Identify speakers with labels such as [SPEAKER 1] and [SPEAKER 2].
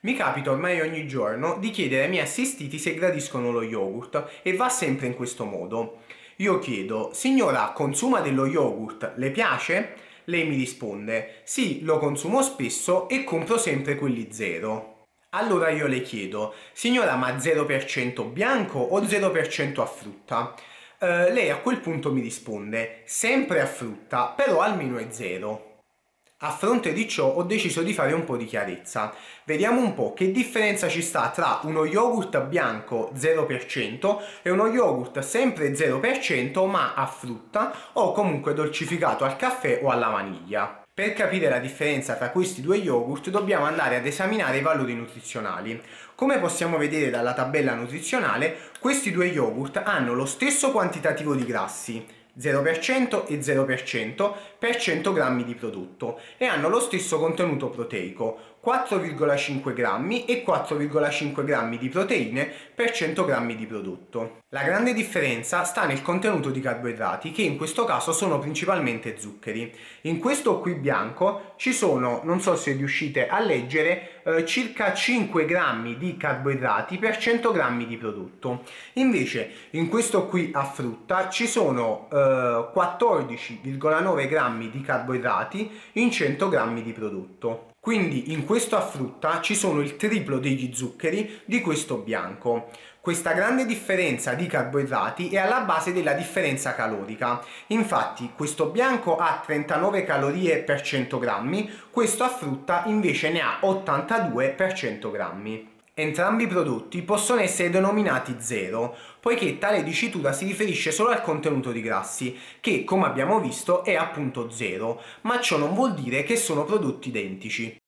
[SPEAKER 1] Mi capita ormai ogni giorno di chiedere ai miei assistiti se gradiscono lo yogurt e va sempre in questo modo. Io chiedo: signora, consuma dello yogurt, le piace? Lei mi risponde: sì, lo consumo spesso e compro sempre quelli zero. Allora io le chiedo: signora, ma 0% bianco o 0% a frutta? Lei a quel punto mi risponde: sempre a frutta, però almeno è zero. A fronte di ciò ho deciso di fare un po' di chiarezza. Vediamo un po' che differenza ci sta tra uno yogurt bianco 0% e uno yogurt sempre 0% ma a frutta o comunque dolcificato al caffè o alla vaniglia. Per capire la differenza tra questi due yogurt dobbiamo andare ad esaminare i valori nutrizionali. Come possiamo vedere dalla tabella nutrizionale, questi due yogurt hanno lo stesso quantitativo di grassi, 0% e 0% per 100 grammi di prodotto, e hanno lo stesso contenuto proteico, 4,5 grammi e 4,5 grammi di proteine per 100 grammi di prodotto. La grande differenza sta nel contenuto di carboidrati, che in questo caso sono principalmente zuccheri. In questo qui bianco ci sono, non so se riuscite a leggere, circa 5 grammi di carboidrati per 100 grammi di prodotto. Invece in questo qui a frutta ci sono 14,9 grammi di carboidrati in 100 grammi di prodotto. Quindi in questo a frutta ci sono il triplo degli zuccheri di questo bianco. Questa grande differenza di carboidrati è alla base della differenza calorica. Infatti questo bianco ha 39 calorie per 100 grammi, questo a frutta invece ne ha 82 per 100 grammi. Entrambi i prodotti possono essere denominati zero, poiché tale dicitura si riferisce solo al contenuto di grassi, che come abbiamo visto è appunto zero, ma ciò non vuol dire che sono prodotti identici.